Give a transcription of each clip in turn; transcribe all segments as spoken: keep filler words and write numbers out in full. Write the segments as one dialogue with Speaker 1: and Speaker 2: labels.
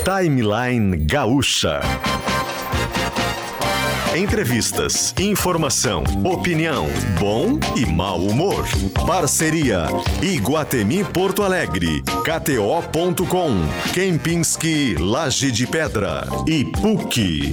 Speaker 1: Timeline Gaúcha. Entrevistas, informação, opinião, bom e mau humor. Parceria Iguatemi Porto Alegre, K T O ponto com, Kempinski Laje de Pedra e P U C.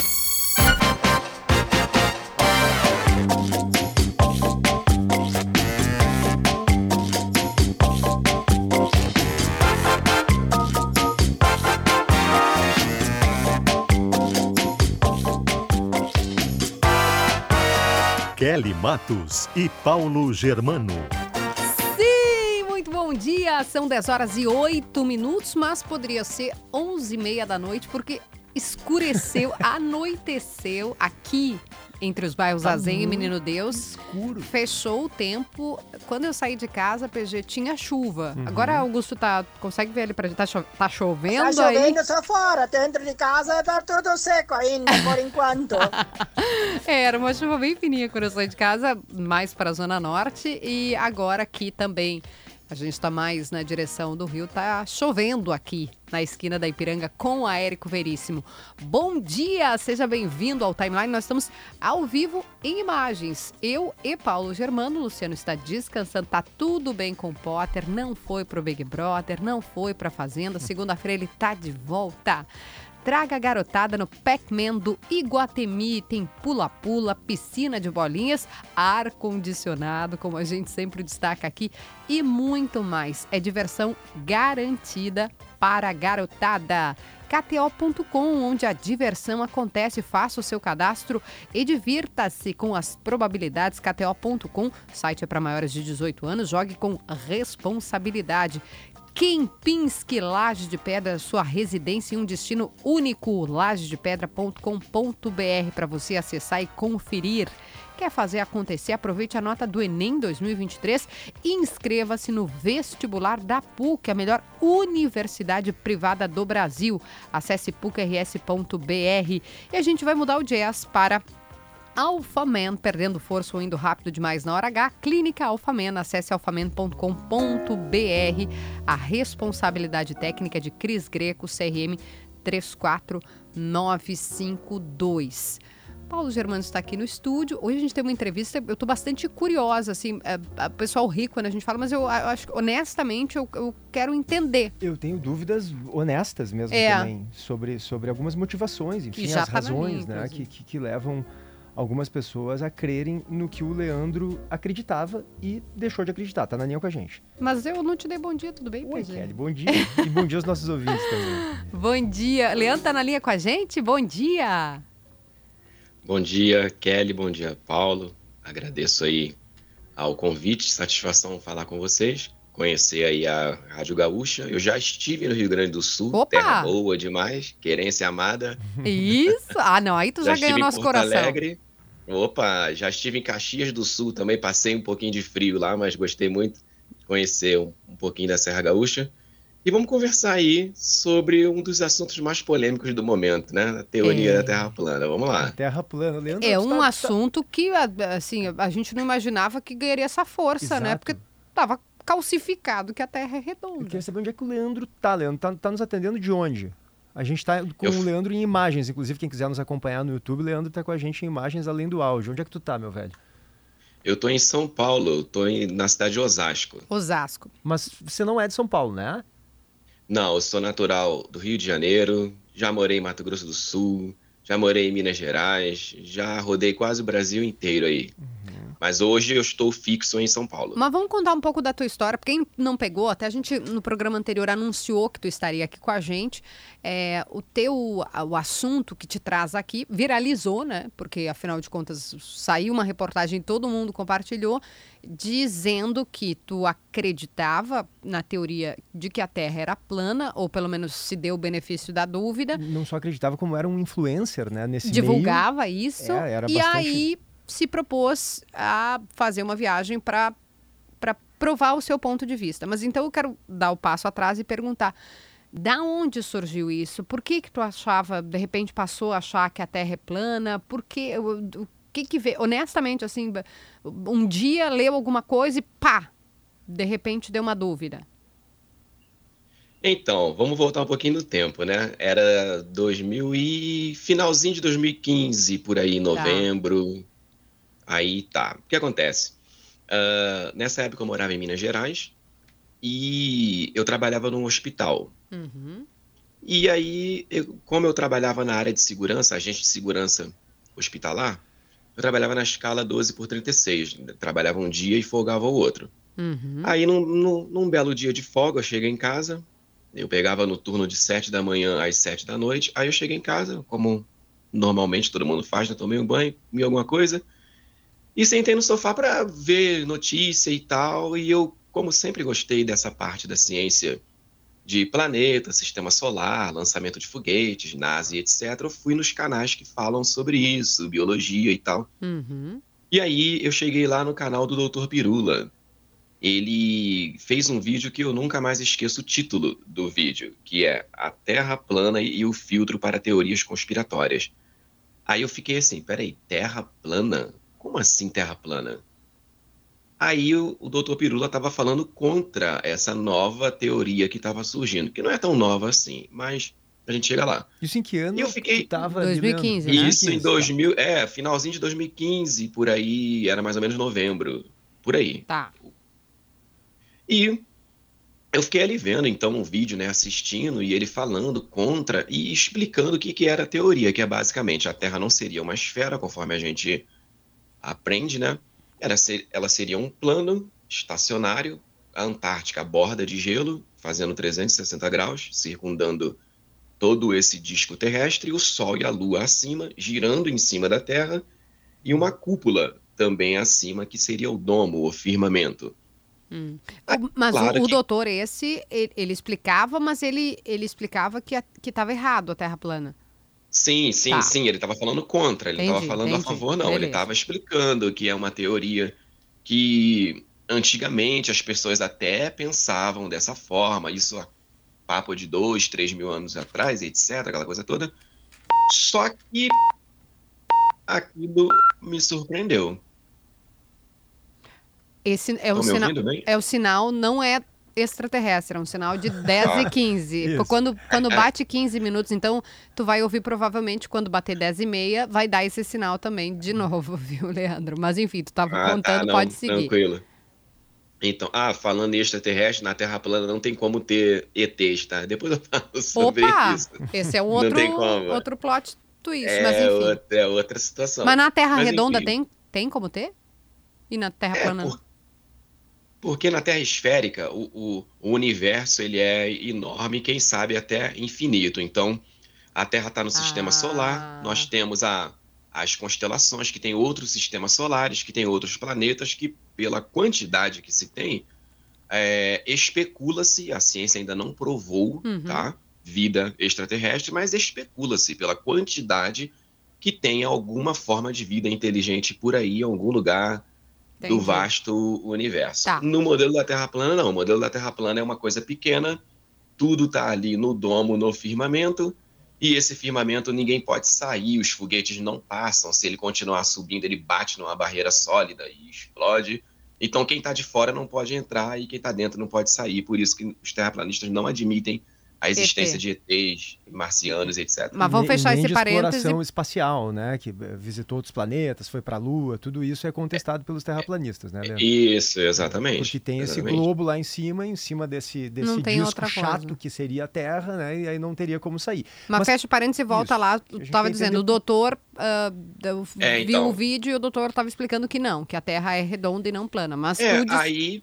Speaker 1: Kelly Matos e Paulo Germano.
Speaker 2: Sim, muito bom dia. São dez horas e oito minutos, mas poderia ser onze e meia da noite, porque escureceu, anoiteceu aqui entre os bairros tá Azenha e Menino Deus.
Speaker 3: Escuro.
Speaker 2: Fechou o tempo. Quando eu saí de casa, P G, tinha chuva. Uhum. Agora, Augusto, tá, consegue ver ali pra gente? Tá, cho- tá chovendo
Speaker 4: Tá
Speaker 2: aí?
Speaker 4: chovendo só fora. Dentro de casa tá tudo seco ainda, por enquanto.
Speaker 2: É, era uma chuva bem fininha quando eu saí de casa, mais para a Zona Norte. E agora aqui também. A gente está mais na direção do Rio, tá chovendo aqui na esquina da Ipiranga com a Érico Veríssimo. Bom dia, seja bem-vindo ao Timeline. Nós estamos ao vivo em imagens. Eu e Paulo Germano, o Luciano está descansando, tá tudo bem com o Potter, não foi pro Big Brother, não foi pra Fazenda. Segunda-feira ele tá de volta. Traga a garotada no Pac-Man do Iguatemi. Tem pula-pula, piscina de bolinhas, ar-condicionado, como a gente sempre destaca aqui, e muito mais. É diversão garantida para a garotada. K T O ponto com, onde a diversão acontece. Faça o seu cadastro e divirta-se com as probabilidades. K T O ponto com, o site é para maiores de dezoito anos. Jogue com responsabilidade. Kempinski Laje de Pedra, sua residência em um destino único. laje de pedra ponto com ponto b r para você acessar e conferir. Quer fazer acontecer? Aproveite a nota do Enem dois mil e vinte e três e inscreva-se no vestibular da P U C, a melhor universidade privada do Brasil. Acesse P U C R S ponto b r e a gente vai mudar o jazz para Alphaman, perdendo força ou indo rápido demais na hora H. Clínica Alphaman, acesse alphaman ponto com ponto b r. A responsabilidade técnica é de Cris Greco, C R M três quatro nove cinco dois. Paulo Germano está aqui no estúdio. Hoje a gente tem uma entrevista, eu estou bastante curiosa, assim, é, o pessoal ri quando a gente fala, mas eu, eu acho que, honestamente, eu, eu quero entender.
Speaker 3: Eu tenho dúvidas honestas mesmo
Speaker 2: é.
Speaker 3: também, sobre, sobre algumas motivações, enfim, as
Speaker 2: tá
Speaker 3: razões,
Speaker 2: linha,
Speaker 3: né, que, que, que levam algumas pessoas a crerem no que o Leandro acreditava e deixou de acreditar. Tá na linha com a gente.
Speaker 2: Mas eu não te dei bom dia, tudo bem,
Speaker 3: Oi,
Speaker 2: P G?
Speaker 3: Kelly, bom dia. E bom dia aos nossos ouvintes também.
Speaker 2: Bom dia. Leandro tá na linha com a gente? Bom dia.
Speaker 5: Bom dia, Kelly. Bom dia, Paulo. Agradeço aí ao convite. Satisfação falar com vocês. Conhecer aí a Rádio Gaúcha. Eu já estive no Rio Grande do Sul.
Speaker 2: Opa!
Speaker 5: Terra boa demais. Querência amada.
Speaker 2: Isso. Ah, não. Aí tu já, já ganhou nosso
Speaker 5: coração.
Speaker 2: coração.
Speaker 5: Alegre. Opa, já estive em Caxias do Sul também. Passei um pouquinho de frio lá, mas gostei muito de conhecer um, um pouquinho da Serra Gaúcha. E vamos conversar aí sobre um dos assuntos mais polêmicos do momento, né? A teoria é. da Terra plana. Vamos lá.
Speaker 3: Terra plana, Leandro.
Speaker 2: É um
Speaker 3: tá,
Speaker 2: assunto tá... que, assim, a gente não imaginava que ganharia essa força,
Speaker 3: Exato.
Speaker 2: né? Porque tava calcificado que a Terra é redonda.
Speaker 3: Eu queria saber onde é que o Leandro tá, Leandro. Tá, tá nos atendendo de onde? A gente tá com
Speaker 5: Eu...
Speaker 3: o Leandro em imagens. Inclusive, quem quiser nos acompanhar no YouTube, o Leandro tá com a gente em imagens além do áudio. Onde é que tu tá, meu velho?
Speaker 5: Eu tô em São Paulo. Eu tô em, na cidade de Osasco.
Speaker 2: Osasco.
Speaker 3: Mas você não é de São Paulo, né?
Speaker 5: Não, eu sou natural do Rio de Janeiro, já morei em Mato Grosso do Sul, já morei em Minas Gerais, já rodei quase o Brasil inteiro aí. Uhum. Mas hoje eu estou fixo em São Paulo.
Speaker 2: Mas vamos contar um pouco da tua história, porque quem não pegou, até a gente no programa anterior anunciou que tu estaria aqui com a gente. É, o teu, o assunto que te traz aqui viralizou, né? Porque afinal de contas saiu uma reportagem, todo mundo compartilhou, dizendo que tu acreditava na teoria de que a Terra era plana, ou pelo menos se deu o benefício da dúvida.
Speaker 3: Não só acreditava, como era um influencer, né? Nesse
Speaker 2: divulgava
Speaker 3: meio.
Speaker 2: isso.
Speaker 3: É, era
Speaker 2: e
Speaker 3: bastante...
Speaker 2: aí se propôs a fazer uma viagem para para provar o seu ponto de vista. Mas então eu quero dar o passo atrás e perguntar: da onde surgiu isso? Por que que tu achava, de repente passou a achar que a Terra é plana? Por que, o, o que que vê? Honestamente, assim, um dia leu alguma coisa e pá, de repente deu uma dúvida.
Speaker 5: Então, vamos voltar um pouquinho no tempo, né? Era dois mil e... finalzinho de dois mil e quinze, por aí,
Speaker 2: Tá.
Speaker 5: novembro. Aí tá. O que acontece? Ah, nessa época eu morava em Minas Gerais e eu trabalhava num hospital.
Speaker 2: Uhum.
Speaker 5: E aí, eu- como eu trabalhava na área de segurança, agente de segurança hospitalar, eu trabalhava na escala doze por trinta e seis. Trabalhava um dia e folgava o outro.
Speaker 2: Uhum.
Speaker 5: Aí, num, num- num belo dia de folga, eu cheguei em casa. Eu pegava no turno de sete da manhã às sete da noite. Aí eu cheguei em casa, como normalmente todo mundo faz, né? Tomei um banho, comi alguma coisa. E sentei no sofá para ver notícia e tal. E eu, como sempre gostei dessa parte da ciência de planeta, sistema solar, lançamento de foguetes, NASA e etcétera, eu fui nos canais que falam sobre isso, biologia e tal.
Speaker 2: Uhum.
Speaker 5: E aí eu cheguei lá no canal do doutor Pirula. Ele fez um vídeo que eu nunca mais esqueço o título do vídeo, que é A Terra Plana e o Filtro para Teorias Conspiratórias. Aí eu fiquei assim, peraí, Terra plana? Como assim Terra plana? Aí o, o doutor Pirula estava falando contra essa nova teoria que estava surgindo, que não é tão nova assim, mas a gente chega lá.
Speaker 3: Isso em que
Speaker 5: E eu
Speaker 3: ano que tu
Speaker 5: fiquei,
Speaker 3: tava ali, Leandro?
Speaker 2: dois mil e quinze, né?
Speaker 5: isso em
Speaker 3: dois mil e quinze, tá.
Speaker 5: dois mil, é, finalzinho de dois mil e quinze, por aí, era mais ou menos novembro, por aí.
Speaker 2: Tá.
Speaker 5: E eu fiquei ali vendo, então, um vídeo, né, assistindo, e ele falando contra e explicando o que, que era a teoria, que é basicamente a Terra não seria uma esfera, conforme a gente aprende, né? Era ser, ela seria um plano estacionário, a Antártica, a borda de gelo, fazendo trezentos e sessenta graus, circundando todo esse disco terrestre, o Sol e a Lua acima, girando em cima da Terra, e uma cúpula também acima, que seria o domo, o firmamento.
Speaker 2: Hum.
Speaker 5: Ah,
Speaker 2: O- mas o,
Speaker 5: claro
Speaker 2: o
Speaker 5: que
Speaker 2: doutor esse, ele, ele explicava, mas ele, ele explicava que, a- que estava errado a Terra plana.
Speaker 5: sim, sim,
Speaker 2: Tá.
Speaker 5: sim, ele estava falando contra, ele não estava
Speaker 2: Entendi,
Speaker 5: falando a
Speaker 2: entendi.
Speaker 5: favor, não. Ele
Speaker 2: Beleza.
Speaker 5: estava explicando que é uma teoria que antigamente as pessoas até pensavam dessa forma, isso há papo de dois, três mil anos atrás, etcétera, aquela coisa toda. Só que aquilo me surpreendeu.
Speaker 2: Esse é um
Speaker 5: Estão me
Speaker 2: sinal,
Speaker 5: ouvindo bem?
Speaker 2: é o sinal, não é extraterrestre, é um sinal de dez e
Speaker 5: Ah,
Speaker 2: quinze.
Speaker 3: Isso.
Speaker 2: Quando, quando bate quinze minutos, então tu vai ouvir provavelmente quando bater dez e meia, vai dar esse sinal também de novo, viu, Leandro? Mas enfim, tu tava
Speaker 5: ah, tá,
Speaker 2: contando, pode
Speaker 5: não,
Speaker 2: seguir.
Speaker 5: tranquilo. Então, ah, falando em extraterrestre, na Terra plana não tem como ter E Tês, tá? Depois eu falo sobre
Speaker 2: Opa!
Speaker 5: isso.
Speaker 2: Esse é um
Speaker 5: Não
Speaker 2: outro,
Speaker 5: tem como.
Speaker 2: outro plot twist, mas
Speaker 5: É
Speaker 2: enfim.
Speaker 5: outra, é outra situação.
Speaker 2: Mas na Terra
Speaker 5: Mas
Speaker 2: redonda
Speaker 5: enfim,
Speaker 2: tem, tem como ter? E na Terra
Speaker 5: é
Speaker 2: plana não?
Speaker 5: por- porque na Terra esférica o, o, o universo ele é enorme, quem sabe até infinito. Então, a Terra está no sistema solar, nós
Speaker 2: Ah,
Speaker 5: temos a, as constelações, que tem outros sistemas solares, que tem outros planetas, que pela quantidade que se tem, é, especula-se, a ciência ainda não provou,
Speaker 2: uhum,
Speaker 5: tá? Vida extraterrestre, mas especula-se pela quantidade que tem alguma forma de vida inteligente por aí, em algum lugar do
Speaker 2: entendi.
Speaker 5: vasto universo.
Speaker 2: Tá.
Speaker 5: No modelo da Terra plana, não. O modelo da Terra plana é uma coisa pequena, tudo está ali no domo, no firmamento, e esse firmamento ninguém pode sair, os foguetes não passam. Se ele continuar subindo, ele bate numa barreira sólida e explode. Então, quem está de fora não pode entrar e quem está dentro não pode sair. Por isso que os terraplanistas não admitem a existência
Speaker 2: E T.
Speaker 5: de E Tês, marcianos, etcétera.
Speaker 2: Mas vamos
Speaker 3: E ne- e
Speaker 2: fechar
Speaker 3: nem
Speaker 2: esse
Speaker 3: de
Speaker 2: parêntese.
Speaker 3: exploração espacial, né? Que eh, visitou outros planetas, foi para a Lua, tudo isso é contestado pelos terraplanistas, né, Leandro?
Speaker 5: Isso,
Speaker 3: É,
Speaker 5: exatamente.
Speaker 3: porque tem esse
Speaker 5: exatamente.
Speaker 3: globo lá em cima, em cima desse, desse
Speaker 2: Não tem
Speaker 3: disco
Speaker 2: outra
Speaker 3: chato
Speaker 2: coisa.
Speaker 3: que seria a Terra, né? E aí não teria como sair.
Speaker 2: Mas,
Speaker 3: Mas-
Speaker 2: fecha o parênteses e volta
Speaker 3: isso.
Speaker 2: lá.
Speaker 3: A
Speaker 2: Tu
Speaker 3: gente
Speaker 2: tava
Speaker 3: quer
Speaker 2: dizendo,
Speaker 3: entender
Speaker 2: o doutor ah, eu
Speaker 5: É,
Speaker 2: viu
Speaker 5: então.
Speaker 2: o vídeo e o doutor tava explicando que não, que a Terra é redonda e não plana. Mas
Speaker 5: É,
Speaker 2: tu diz...
Speaker 5: aí.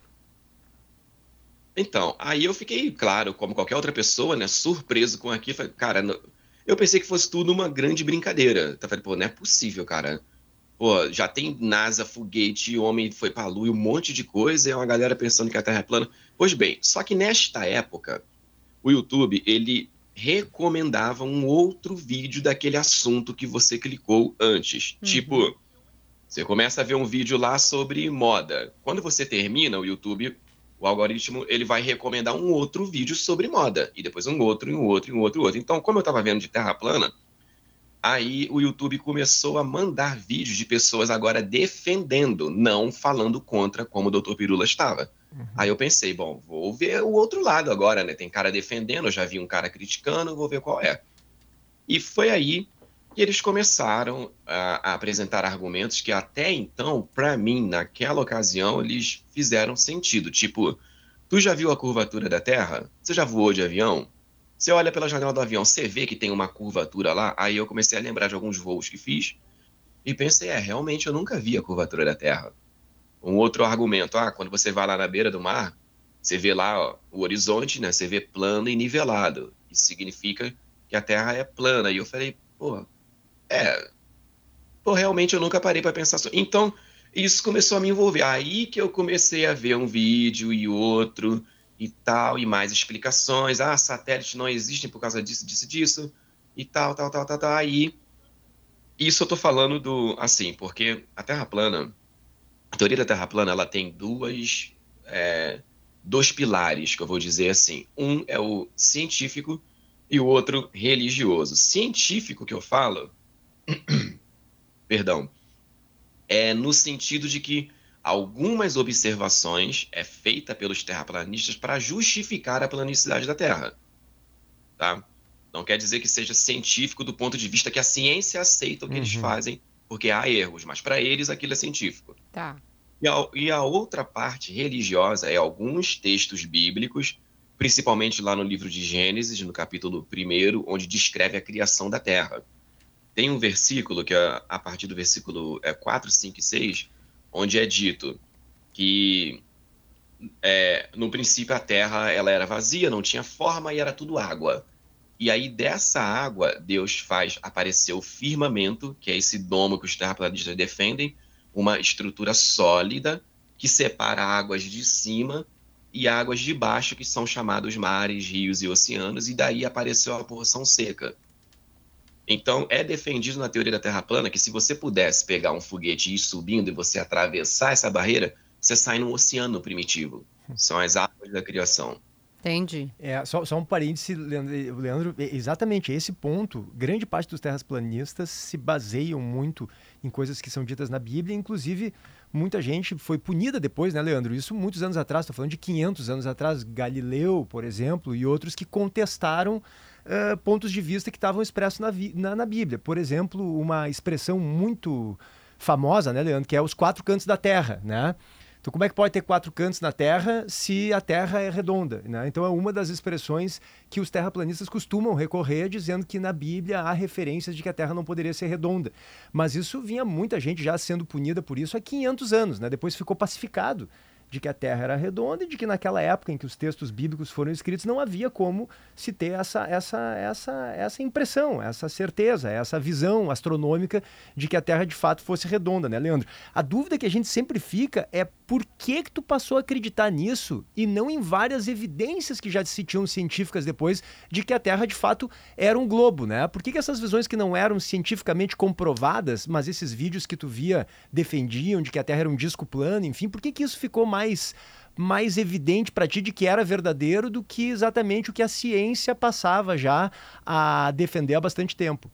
Speaker 5: Então, aí eu fiquei, claro, como qualquer outra pessoa, né, surpreso com aquilo. Falei, cara, não- eu pensei que fosse tudo uma grande brincadeira. Tá falando, pô, não é possível, cara. Pô, já tem NASA, foguete, homem foi pra Lua e um monte de coisa, e é uma galera pensando que a Terra é plana. Pois bem, só que nesta época, o YouTube, ele recomendava um outro vídeo daquele assunto que você clicou antes.
Speaker 2: Uhum.
Speaker 5: Tipo, você começa a ver um vídeo lá sobre moda. Quando você termina, o YouTube, o algoritmo, ele vai recomendar um outro vídeo sobre moda. E depois um outro, e um outro, e um outro, e outro. Então, como eu estava vendo de Terra plana, aí o YouTube começou a mandar vídeos de pessoas agora defendendo, não falando contra, como o doutor Pirula estava. Uhum. Aí eu pensei, bom, vou ver o outro lado agora, né? Tem cara defendendo, eu já vi um cara criticando, vou ver qual é. E foi aí que eles começaram a, a apresentar argumentos que até então, para mim, naquela ocasião, eles fizeram sentido. Tipo, tu já viu a curvatura da Terra? Você já voou de avião? Você olha pela janela do avião, você vê que tem uma curvatura lá? Aí eu comecei a lembrar de alguns voos que fiz e pensei, é, realmente eu nunca vi a curvatura da Terra. Um outro argumento, ah, quando você vai lá na beira do mar, você vê lá ó, o horizonte, né? Você vê plano e nivelado. Isso significa que a Terra é plana. E eu falei, pô, é... Pô, realmente eu nunca parei para pensar sobre... Então, isso começou a me envolver. Aí que eu comecei a ver um vídeo e outro e tal, e mais explicações. Ah, satélites não existem por causa disso, disso, disso, e tal, tal, tal, tal, tal. Aí, isso eu tô falando do... Assim, porque a Terra plana... A teoria da Terra plana, ela tem duas, é, dois pilares, que eu vou dizer assim. Um é o científico e o outro religioso. Científico que eu falo, perdão, é no sentido de que algumas observações é feita pelos terraplanistas para justificar a planicidade da Terra. Tá? Não quer dizer que seja científico do ponto de vista que a ciência aceita o que uhum. eles fazem, porque há erros, mas para eles aquilo é científico.
Speaker 2: Tá.
Speaker 5: E a, e a outra parte religiosa é alguns textos bíblicos, principalmente lá no livro de Gênesis, no capítulo primeiro, onde descreve a criação da Terra. Tem um versículo, que é a partir do versículo é, quatro, cinco e seis, onde é dito que é, no princípio a Terra ela era vazia, não tinha forma e era tudo água. E aí, dessa água, Deus faz aparecer o firmamento, que é esse domo que os terraplanistas defendem, uma estrutura sólida que separa águas de cima e águas de baixo, que são chamados mares, rios e oceanos, e daí apareceu a porção seca. Então, é defendido na teoria da Terra plana que se você pudesse pegar um foguete e ir subindo e você atravessar essa barreira, você sai no oceano primitivo. São as águas da criação.
Speaker 2: Entendi.
Speaker 3: É, só, só um parêntese, Leandro, Leandro, exatamente esse ponto, grande parte dos terraplanistas se baseiam muito em coisas que são ditas na Bíblia, inclusive muita gente foi punida depois, né, Leandro? Isso muitos anos atrás, estou falando de quinhentos anos atrás, Galileu, por exemplo, e outros que contestaram uh, pontos de vista que estavam expressos na, na, na Bíblia. Por exemplo, uma expressão muito famosa, né, Leandro, que é os quatro cantos da terra, né? Então, como é que pode ter quatro cantos na Terra se a Terra é redonda, né? Então, é uma das expressões que os terraplanistas costumam recorrer, dizendo que na Bíblia há referências de que a Terra não poderia ser redonda. Mas isso vinha muita gente já sendo punida por isso há quinhentos anos, né? Depois ficou pacificado de que a Terra era redonda e de que naquela época em que os textos bíblicos foram escritos não havia como se ter essa, essa, essa, essa impressão, essa certeza, essa visão astronômica de que a Terra de fato fosse redonda, né, Leandro? A dúvida que a gente sempre fica é por que que tu passou a acreditar nisso e não em várias evidências que já se tinham científicas depois de que a Terra de fato era um globo, né? Por que que essas visões que não eram cientificamente comprovadas, mas esses vídeos que tu via defendiam de que a Terra era um disco plano, enfim, por que que isso ficou mais mais, mais evidente para ti de que era verdadeiro do que exatamente o que a ciência passava já a defender há bastante tempo?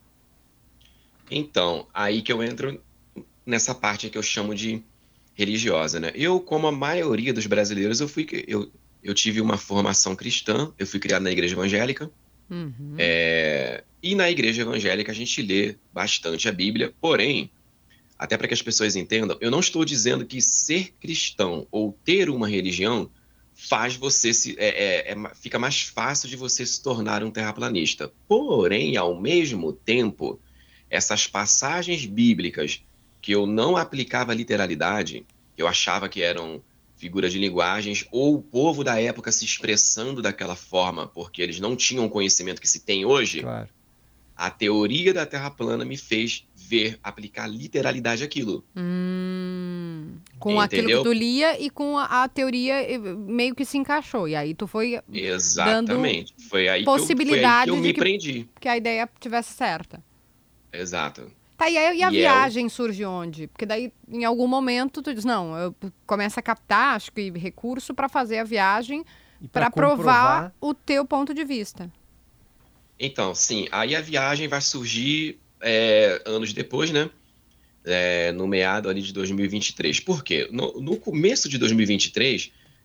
Speaker 5: Então, aí que eu entro nessa parte que eu chamo de religiosa, né? Eu, como a maioria dos brasileiros, eu, fui, eu, eu tive uma formação cristã, eu fui criado na igreja evangélica, uhum. é, e na igreja evangélica a gente lê bastante a Bíblia, porém, até para que as pessoas entendam, eu não estou dizendo que ser cristão ou ter uma religião faz você se é, é, é, fica mais fácil de você se tornar um terraplanista. Porém, ao mesmo tempo, essas passagens bíblicas que eu não aplicava literalidade, que eu achava que eram figuras de linguagens, ou o povo da época se expressando daquela forma, porque eles não tinham o conhecimento que se tem hoje, claro. A teoria da Terra plana me fez ver, aplicar literalidade àquilo.
Speaker 2: Hum, com Entendeu? Aquilo que tu lia e com a, a teoria meio que se encaixou. E aí tu foi
Speaker 5: Exatamente.
Speaker 2: dando
Speaker 5: foi aí
Speaker 2: possibilidade
Speaker 5: que eu, foi aí que eu me
Speaker 2: de que,
Speaker 5: prendi.
Speaker 2: que a ideia tivesse certa.
Speaker 5: Exato.
Speaker 2: Tá, e, aí, e a
Speaker 5: e
Speaker 2: viagem
Speaker 5: eu...
Speaker 2: surge onde? Porque daí, em algum momento, tu diz, não, eu começo a captar, acho que recurso para fazer a viagem para provar o teu ponto de vista.
Speaker 5: Então, sim, aí a viagem vai surgir é, anos depois, né? É, no meado ali de dois mil e vinte e três. Por quê? No, no começo de dois mil e vinte e três,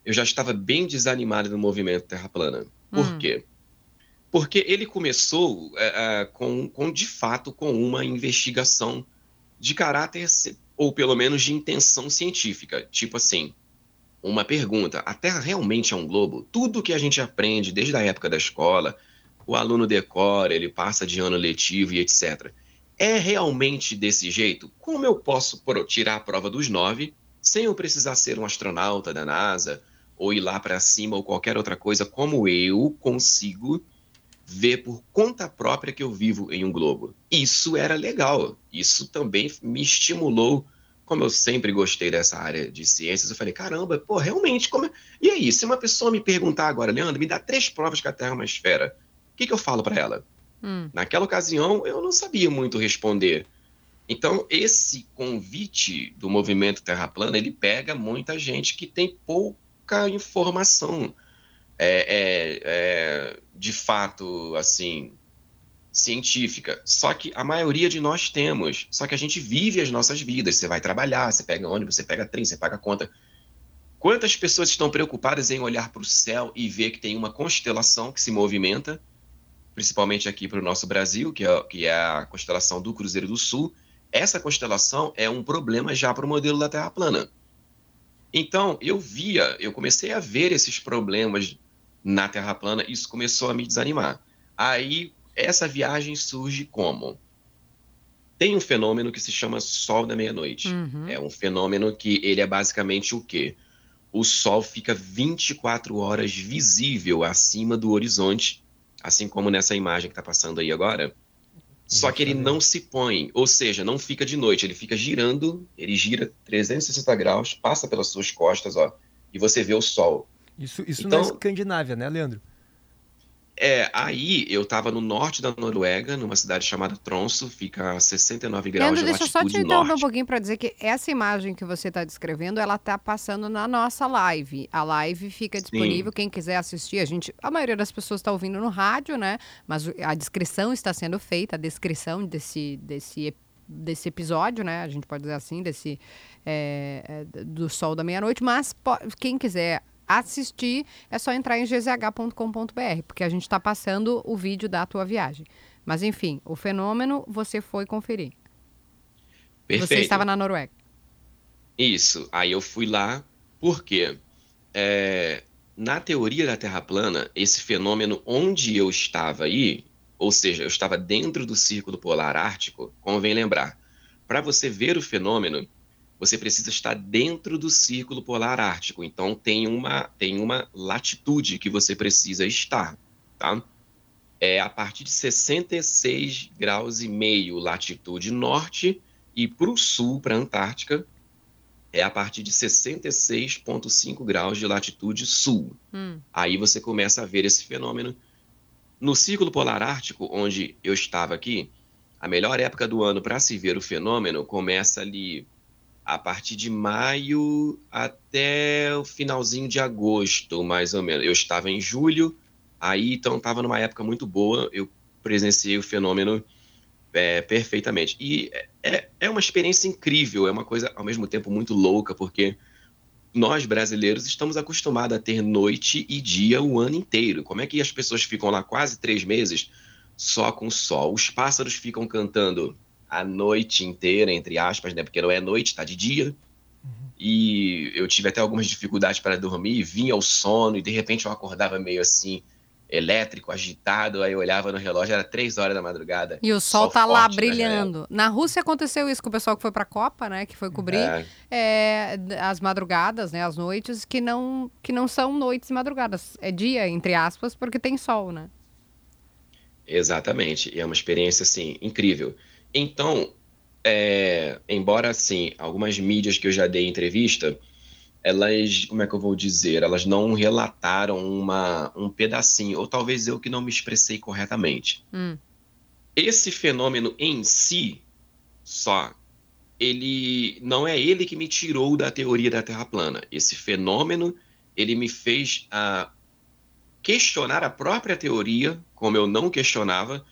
Speaker 5: eu já estava bem desanimado do movimento Terra Plana. Por
Speaker 2: Hum.
Speaker 5: quê? Porque ele começou, é, é, com, com, de fato, com uma investigação de caráter, ou pelo menos de intenção científica. Tipo assim, uma pergunta: a Terra realmente é um globo? Tudo que a gente aprende desde a época da escola, o aluno decora, ele passa de ano letivo e etcétera. É realmente desse jeito? Como eu posso tirar a prova dos nove sem eu precisar ser um astronauta da NASA ou ir lá para cima ou qualquer outra coisa? Como eu consigo ver por conta própria que eu vivo em um globo? Isso era legal. Isso também me estimulou. Como eu sempre gostei dessa área de ciências, eu falei, caramba, pô, realmente, como é... E aí, se uma pessoa me perguntar agora, Leandro, me dá três provas que a Terra é uma esfera, o que, que eu falo para ela?
Speaker 2: Hum.
Speaker 5: Naquela ocasião, eu não sabia muito responder. Então, esse convite do movimento Terra Plana, ele pega muita gente que tem pouca informação, é, é, é, de fato, assim, científica. Só que a maioria de nós temos. Só que a gente vive as nossas vidas. Você vai trabalhar, você pega ônibus, você pega trem, você paga conta. Quantas pessoas estão preocupadas em olhar para o céu e ver que tem uma constelação que se movimenta, principalmente aqui para o nosso Brasil, que é, que é a constelação do Cruzeiro do Sul? Essa constelação é um problema já para o modelo da Terra plana. Então, eu via, eu comecei a ver esses problemas na Terra plana, e isso começou a me desanimar. Aí, essa viagem surge como? Tem um fenômeno que se chama Sol da Meia-Noite.
Speaker 2: Uhum.
Speaker 5: É um fenômeno que ele é basicamente o quê? O Sol fica vinte e quatro horas visível acima do horizonte, assim como nessa imagem que está passando aí agora. Só que ele não se põe, ou seja, não fica de noite, ele fica girando, ele gira trezentos e sessenta graus, passa pelas suas costas, ó, e você vê o Sol.
Speaker 3: Isso, isso
Speaker 5: Então,
Speaker 3: na Escandinávia, né, Leandro?
Speaker 5: É, aí eu estava no norte da Noruega, numa cidade chamada Tromsø, fica a sessenta e nove graus
Speaker 2: Leandro,
Speaker 5: de
Speaker 2: deixa eu só te
Speaker 5: latitude
Speaker 2: interromper um
Speaker 5: norte.
Speaker 2: pouquinho para dizer que essa imagem que você está descrevendo, ela está passando na nossa live. A live fica disponível, quem quiser assistir. A gente, a maioria das pessoas está ouvindo no rádio, né? Mas a descrição está sendo feita, a descrição desse, desse, desse episódio, né? A gente pode dizer assim, desse é, do Sol da Meia-Noite. Mas po- quem quiser assistir, é só entrar em g z h ponto com ponto b r, porque a gente está passando o vídeo da tua viagem. Mas, enfim, o fenômeno você foi conferir.
Speaker 5: Perfeito.
Speaker 2: Você estava na Noruega.
Speaker 5: Isso, aí eu fui lá, porque é, na teoria da Terra plana, esse fenômeno onde eu estava aí, ou seja, eu estava dentro do Círculo Polar Ártico, convém lembrar, para você ver o fenômeno, você precisa estar dentro do Círculo Polar Ártico. Então, tem uma, tem uma latitude que você precisa estar, tá? É a partir de sessenta e seis graus e meio latitude norte, e para o sul, para a Antártica, é a partir de sessenta e seis vírgula cinco graus de latitude sul.
Speaker 2: Hum.
Speaker 5: Aí você começa a ver esse fenômeno. No Círculo Polar Ártico, onde eu estava aqui, a melhor época do ano para se ver o fenômeno começa ali a partir de maio até o finalzinho de agosto, mais ou menos. Eu estava em julho, aí então estava numa época muito boa, eu presenciei o fenômeno é, perfeitamente. E é, é uma experiência incrível, é uma coisa ao mesmo tempo muito louca, porque nós brasileiros estamos acostumados a ter noite e dia o ano inteiro. Como é que as pessoas ficam lá quase três meses só com sol? Os pássaros ficam cantando a noite inteira, entre aspas, né? Porque não é noite, tá de dia. Uhum. E eu tive até algumas dificuldades para dormir, vinha o sono e de repente eu acordava meio assim, elétrico, agitado, aí eu olhava no relógio, era três horas da madrugada.
Speaker 2: E o sol tá lá
Speaker 5: forte,
Speaker 2: brilhando.
Speaker 5: Né?
Speaker 2: Na Rússia aconteceu isso com o pessoal que foi pra Copa, né? Que foi cobrir
Speaker 5: É.
Speaker 2: É, as madrugadas, né? As noites que não, que não são noites e madrugadas. É dia, entre aspas, porque tem sol, né?
Speaker 5: Exatamente. E é uma experiência, assim, incrível. Então, é, embora, assim, algumas mídias que eu já dei entrevista, elas, como é que eu vou dizer, elas não relataram uma, um pedacinho, ou talvez eu que não me expressei corretamente.
Speaker 2: Hum.
Speaker 5: Esse fenômeno em si, só, ele não é ele que me tirou da teoria da Terra plana. Esse fenômeno, ele me fez uh, questionar a própria teoria, como eu não questionava,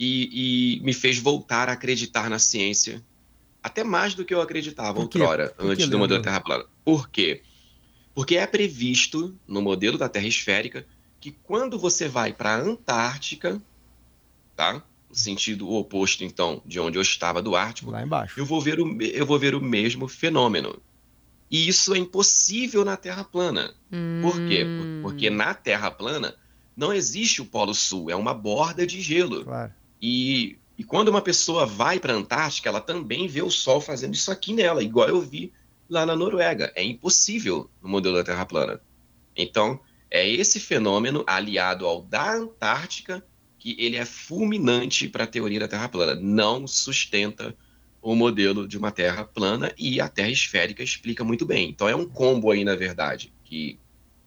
Speaker 5: E, e me fez voltar a acreditar na ciência, até mais do que eu acreditava outrora,
Speaker 3: Por
Speaker 5: antes
Speaker 3: que,
Speaker 5: do modelo
Speaker 3: Leandro?
Speaker 5: Terra plana. Por quê? Porque é previsto no modelo da Terra esférica que quando você vai para a Antártica, tá? No sentido oposto, então, de onde eu estava do Ártico,
Speaker 3: Lá embaixo.
Speaker 5: eu vou ver o, eu vou ver o mesmo fenômeno. E isso é impossível na Terra plana.
Speaker 2: Hum.
Speaker 5: Por quê? Porque na Terra plana não existe o Polo Sul, é uma borda de gelo.
Speaker 3: Claro.
Speaker 5: E, e quando uma pessoa vai para a Antártica, ela também vê o Sol fazendo isso aqui nela, igual eu vi lá na Noruega. É impossível no modelo da Terra plana. Então, é esse fenômeno aliado ao da Antártica que ele é fulminante para a teoria da Terra plana. Não sustenta o modelo de uma Terra plana e a Terra esférica explica muito bem. Então é um combo aí, na verdade, que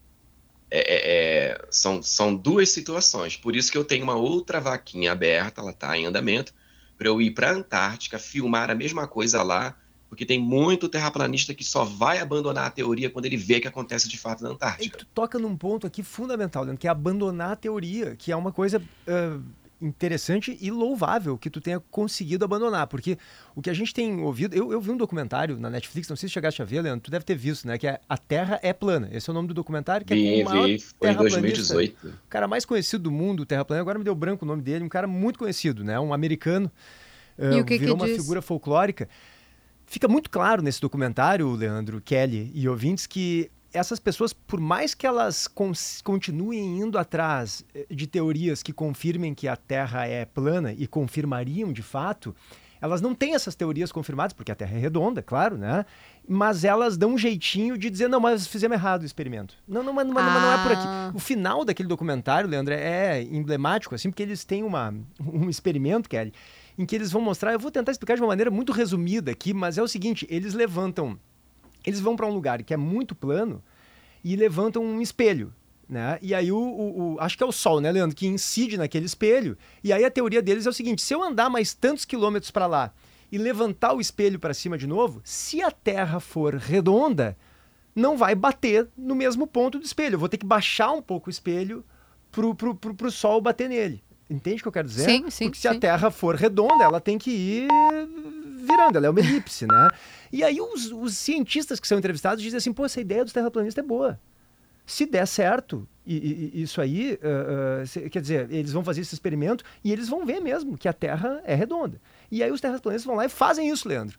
Speaker 5: é, é, é, são, são duas situações. Por isso que eu tenho uma outra vaquinha aberta, ela está em andamento, para eu ir para a Antártica, filmar a mesma coisa lá, porque tem muito terraplanista que só vai abandonar a teoria quando ele vê que acontece de fato na
Speaker 3: E
Speaker 5: Antártica.
Speaker 3: tu toca num ponto aqui fundamental, Leandro, que é abandonar a teoria, que é uma coisa uh, interessante e louvável que tu tenha conseguido abandonar, porque o que a gente tem ouvido, eu, eu vi um documentário na Netflix, não sei se chegaste a ver, Leandro, tu deve ter visto, né, que é A Terra é Plana, esse é o nome do documentário, que é com
Speaker 5: Vi,
Speaker 3: o maior
Speaker 5: vi, foi em dois mil e
Speaker 3: terraplanista,
Speaker 5: dezoito.
Speaker 3: o cara mais conhecido do mundo, o terraplanista, agora me deu branco o nome dele, um cara muito conhecido, né, um americano, uh,
Speaker 2: E o que
Speaker 3: virou
Speaker 2: que
Speaker 3: uma
Speaker 2: diz?
Speaker 3: figura folclórica. Fica muito claro nesse documentário, Leandro, Kelly e ouvintes, que essas pessoas, por mais que elas cons- continuem indo atrás de teorias que confirmem que a Terra é plana e confirmariam de fato, elas não têm essas teorias confirmadas, porque a Terra é redonda, claro, né? Mas elas dão um jeitinho de dizer, não, mas fizemos errado o experimento. Não, não, mas, mas, mas não é por
Speaker 2: Ah.
Speaker 3: aqui. O final daquele documentário, Leandro, é emblemático, assim, porque eles têm uma, um experimento, Kelly, em que eles vão mostrar, eu vou tentar explicar de uma maneira muito resumida aqui, mas é o seguinte, eles levantam, eles vão para um lugar que é muito plano e levantam um espelho, né? E aí o, o, o- acho que é o Sol, né, Leandro, que incide naquele espelho, e aí a teoria deles é o seguinte, se eu andar mais tantos quilômetros para lá e levantar o espelho para cima de novo, se a Terra for redonda, não vai bater no mesmo ponto do espelho, eu vou ter que baixar um pouco o espelho pro, pro, pro, pro Sol bater nele. Entende o que eu quero dizer?
Speaker 2: Sim, sim,
Speaker 3: Porque se a
Speaker 2: sim.
Speaker 3: Terra for redonda, ela tem que ir virando, ela é uma elipse, né? E aí os, os cientistas que são entrevistados dizem assim, pô, essa ideia dos terraplanistas é boa. Se der certo, e, e- e isso aí, ah, ah, se- quer dizer, eles vão fazer esse experimento e eles vão ver mesmo que a Terra é redonda. E aí os terraplanistas vão lá e fazem isso, Leandro.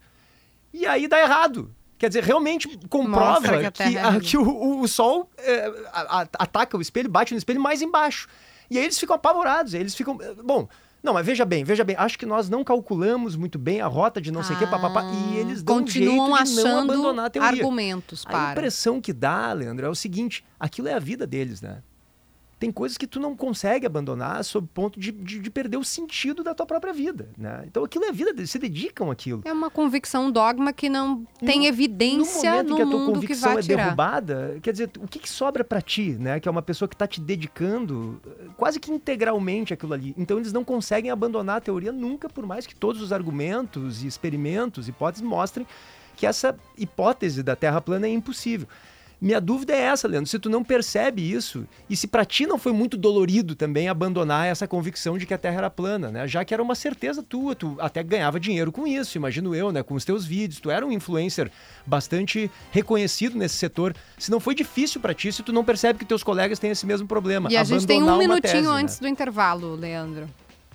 Speaker 3: E aí dá errado. Quer dizer, realmente comprova
Speaker 2: Mostra que a
Speaker 3: que,
Speaker 2: Terra é
Speaker 3: a-
Speaker 2: redonda.
Speaker 3: que o, o- o Sol é, a- a- ataca o espelho, bate no espelho mais embaixo. E aí eles ficam apavorados, eles ficam... Bom, não, mas veja bem, veja bem, acho que nós não calculamos muito bem a rota de não sei o que, papapá, e eles dão um jeito
Speaker 2: Continuam
Speaker 3: de não
Speaker 2: achando
Speaker 3: abandonar a teoria.
Speaker 2: argumentos
Speaker 3: A
Speaker 2: para.
Speaker 3: impressão que dá, Leandro, é o seguinte, aquilo é a vida deles, né? Tem coisas que tu não consegue abandonar sob ponto de, de, de perder o sentido da tua própria vida, né? Então aquilo é a vida deles, se dedicam àquilo.
Speaker 2: É uma convicção, um dogma que não tem
Speaker 3: No-
Speaker 2: evidência
Speaker 3: no momento
Speaker 2: no
Speaker 3: em que a tua
Speaker 2: mundo que
Speaker 3: convicção
Speaker 2: vai
Speaker 3: é
Speaker 2: tirar.
Speaker 3: derrubada, quer dizer, o que, que sobra pra ti, né? Que é uma pessoa que tá te dedicando eh, quase que integralmente àquilo ali. Então eles não conseguem abandonar a teoria nunca, por mais que todos os argumentos e experimentos, hipóteses mostrem que essa hipótese da Terra plana é impossível. Minha dúvida é essa, Leandro, se tu não percebe isso, e se pra ti não foi muito dolorido também abandonar essa convicção de que a Terra era plana, né? Já que era uma certeza tua, tu até ganhava dinheiro com isso, imagino eu, né? Com os teus vídeos, tu era um influencer bastante reconhecido nesse setor. Se não foi difícil pra ti, se tu não percebe que teus colegas têm esse mesmo problema,
Speaker 2: E a gente tem um
Speaker 3: abandonar uma
Speaker 2: minutinho
Speaker 3: tese, né?
Speaker 2: antes do intervalo, Leandro.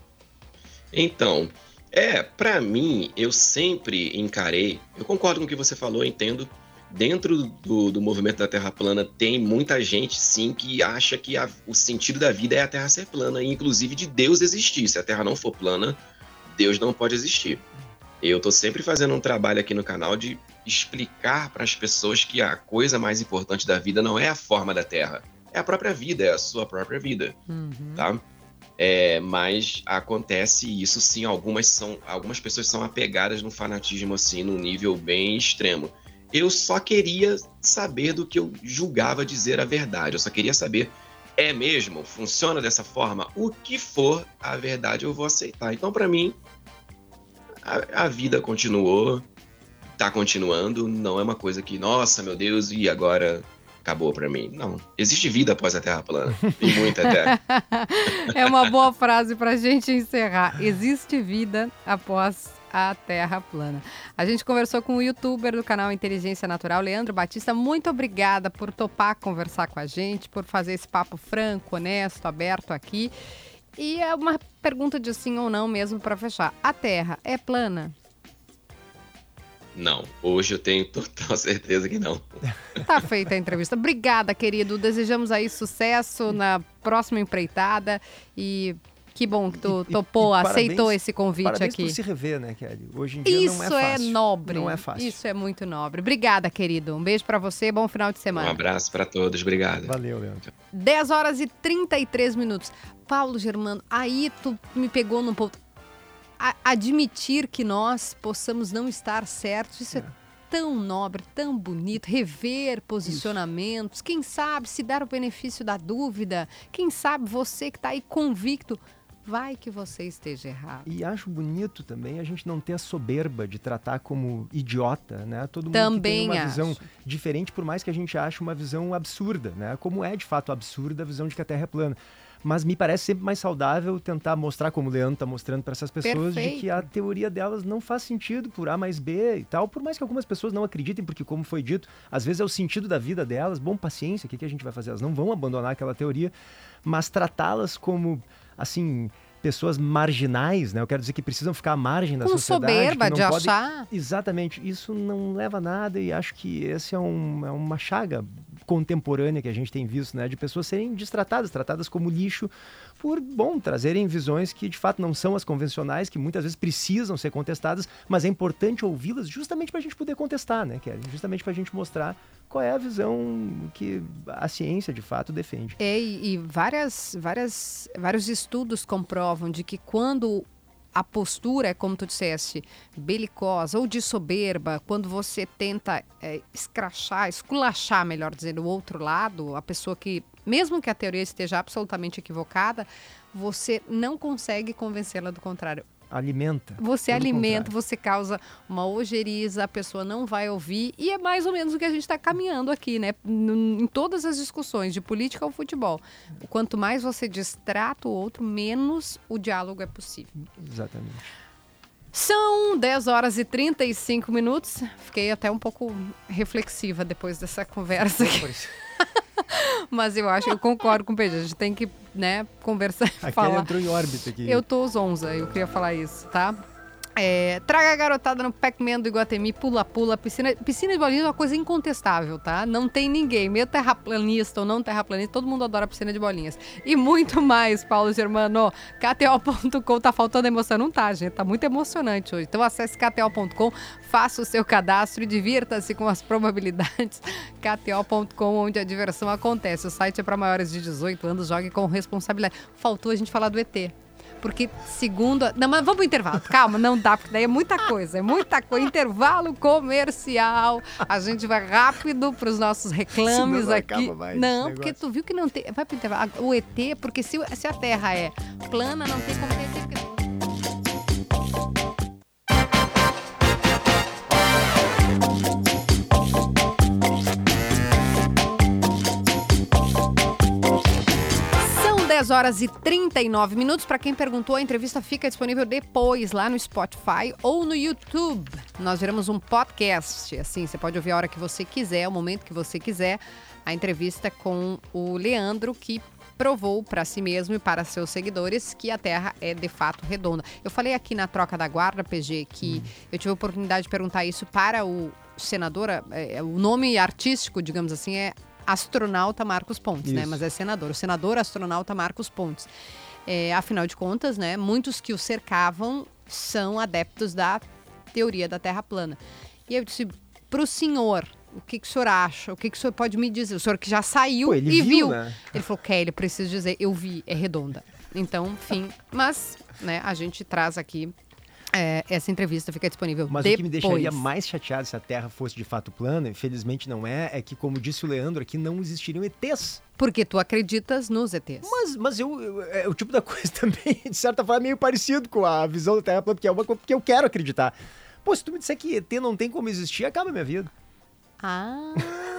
Speaker 5: Então, é, pra mim, eu sempre encarei, eu concordo com o que você falou, eu entendo, dentro do, do movimento da Terra plana tem muita gente, sim, que acha que a- o sentido da vida é a Terra ser plana, e inclusive de Deus existir. Se a Terra não for plana, Deus não pode existir. Eu tô sempre fazendo um trabalho aqui no canal de explicar para as pessoas que a coisa mais importante da vida não é a forma da Terra, é a própria vida, é a sua própria vida, tá? É, mas acontece isso sim, algumas, são, algumas pessoas são apegadas no fanatismo assim, num nível bem extremo. Eu só queria saber do que eu julgava dizer a verdade, eu só queria saber, é mesmo? Funciona dessa forma? O que for a verdade eu vou aceitar. Então, para mim, a, a vida continuou, tá continuando, não é uma coisa que, nossa, meu Deus, e agora acabou para mim. Não, existe vida após a Terra plana, e muita até.
Speaker 2: É uma boa frase pra gente encerrar. Existe vida após a Terra plana. A gente conversou com o youtuber do canal Inteligência Natural, Leandro Batista. Muito obrigada por topar conversar com a gente, por fazer esse papo franco, honesto, aberto aqui. E é uma pergunta de sim ou não mesmo para fechar. A Terra é plana?
Speaker 5: Não, hoje eu tenho total certeza que não.
Speaker 2: Tá feita a entrevista. Obrigada, querido. Desejamos aí sucesso na próxima empreitada e que bom que tu
Speaker 3: E- e-
Speaker 2: topou,
Speaker 3: e
Speaker 2: aceitou
Speaker 3: parabéns-
Speaker 2: esse convite
Speaker 3: Parabéns
Speaker 2: aqui.
Speaker 3: por se rever, né, Kelly? Hoje em dia
Speaker 2: Isso
Speaker 3: não é fácil.
Speaker 2: é nobre.
Speaker 3: Não é fácil.
Speaker 2: Isso é muito nobre. Obrigada, querido. Um beijo pra você, bom final de
Speaker 5: Um
Speaker 2: semana.
Speaker 5: abraço para todos, obrigado.
Speaker 3: Valeu, Leandro.
Speaker 2: dez horas e trinta e três minutos. Paulo Germano, aí tu me pegou num ponto. A- admitir que nós possamos não estar certos, isso é, tão nobre, tão bonito. Rever posicionamentos, quem sabe se dar o benefício da dúvida, quem sabe você que está aí convicto, vai que você esteja errado.
Speaker 3: E acho bonito também a gente não ter a soberba de tratar como idiota, né? Todo mundo
Speaker 2: Também
Speaker 3: que tem uma visão
Speaker 2: acho.
Speaker 3: diferente, por mais que a gente ache uma visão absurda, né? Como é de fato absurda a visão de que a Terra é plana. Mas me parece sempre mais saudável tentar mostrar, como o Leandro está mostrando para essas pessoas,
Speaker 2: Perfeito.
Speaker 3: de que a teoria delas não faz sentido por A mais B e tal, por mais que algumas pessoas não acreditem, porque como foi dito, às vezes é o sentido da vida delas. Bom, paciência, o que, que a gente vai fazer? Elas não vão abandonar aquela teoria, mas tratá-las como, assim, pessoas marginais, né? Eu quero dizer que precisam ficar à margem da
Speaker 2: Com
Speaker 3: sociedade.
Speaker 2: soberba
Speaker 3: que não
Speaker 2: de
Speaker 3: podem...
Speaker 2: achar.
Speaker 3: Exatamente, isso não leva a nada e acho que esse é, um, é uma chaga contemporânea que a gente tem visto, né? De pessoas serem destratadas, tratadas como lixo por, bom, trazerem visões que de fato não são as convencionais, que muitas vezes precisam ser contestadas, mas é importante ouvi-las justamente para a gente poder contestar, né, Kelly? Justamente para a gente mostrar qual é a visão que a ciência de fato defende.
Speaker 2: É, e, e várias, várias, vários estudos comprovam de que quando a postura é, como tu disseste, belicosa ou de soberba, quando você tenta é, escrachar, esculachar, melhor dizendo, o outro lado, a pessoa que, mesmo que a teoria esteja absolutamente equivocada, você não consegue convencê-la do contrário.
Speaker 3: Alimenta.
Speaker 2: Você
Speaker 3: pelo
Speaker 2: alimenta,
Speaker 3: contrário.
Speaker 2: você causa uma ojeriza, a pessoa não vai ouvir, e é mais ou menos o que a gente está caminhando aqui, né? N- Em todas as discussões, de política ao futebol. Quanto mais você distrata o outro, menos o diálogo é possível.
Speaker 3: Exatamente.
Speaker 2: São dez horas e trinta e cinco minutos. Fiquei até um pouco reflexiva depois dessa conversa aqui. Mas eu acho, eu concordo com o Pedro. A gente tem que, né, conversar e
Speaker 3: Aquele
Speaker 2: falar.
Speaker 3: entrou em órbita aqui.
Speaker 2: Eu tô zonza, eu queria falar isso, tá? É, traga a garotada no Pac-Man do Iguatemi, pula-pula, piscina, piscina de bolinhas é uma coisa incontestável, tá? Não tem ninguém, meio terraplanista ou não terraplanista, todo mundo adora piscina de bolinhas. E muito mais, Paulo Germano. K T O ponto com, tá faltando emoção? Não tá, gente, tá muito emocionante hoje. Então acesse K T O ponto com, faça o seu cadastro e divirta-se com as probabilidades. K T O ponto com, onde a diversão acontece. O site é para maiores de dezoito anos, jogue com responsabilidade. Faltou a gente falar do E T. Porque segundo... a- Não, mas vamos pro intervalo. Calma, não dá, porque daí é muita coisa. É muita coisa. Intervalo comercial. A gente vai rápido pros nossos reclames
Speaker 3: Senão não
Speaker 2: aqui.
Speaker 3: acaba mais
Speaker 2: Não,
Speaker 3: esse
Speaker 2: porque
Speaker 3: negócio.
Speaker 2: tu viu que não tem... Vai pro intervalo. O E T, porque se, se a Terra é plana, não tem como ter E T. Porque... São dez horas e trinta e nove minutos. Para quem perguntou, a entrevista fica disponível depois lá no Spotify ou no YouTube. Nós viramos um podcast. Assim, você pode ouvir a hora que você quiser, o momento que você quiser. A entrevista com o Leandro, que provou para si mesmo e para seus seguidores que a Terra é de fato redonda. Eu falei aqui na troca da guarda, P G, que hum. eu tive a oportunidade de perguntar isso para o senador. É, o nome artístico, digamos assim, é astronauta Marcos Pontes, né? Mas é senador. O senador astronauta Marcos Pontes. É, afinal de contas, né? Muitos que o cercavam são adeptos da teoria da Terra plana. E eu disse, para o senhor, o que, que o senhor acha? O que, que o senhor pode me dizer? O senhor que já saiu
Speaker 3: Pô, ele
Speaker 2: e
Speaker 3: viu,
Speaker 2: viu.
Speaker 3: né?
Speaker 2: Ele falou, Kelly, preciso dizer, eu vi, é redonda. Então, enfim. Mas, né, a gente traz aqui é, essa entrevista, fica disponível
Speaker 3: Mas
Speaker 2: depois.
Speaker 3: o que me deixaria mais chateado se a Terra fosse de fato plana, infelizmente não é, é que, como disse o Leandro aqui, não existiriam E Tês.
Speaker 2: Porque tu acreditas nos E Tês.
Speaker 3: Mas, mas eu, eu, é o tipo da coisa também, de certa forma, meio parecido com a visão da Terra plana, porque é uma coisa que eu quero acreditar. Pô, se tu me disser que E T não tem como existir, acaba a minha vida.
Speaker 2: Ah,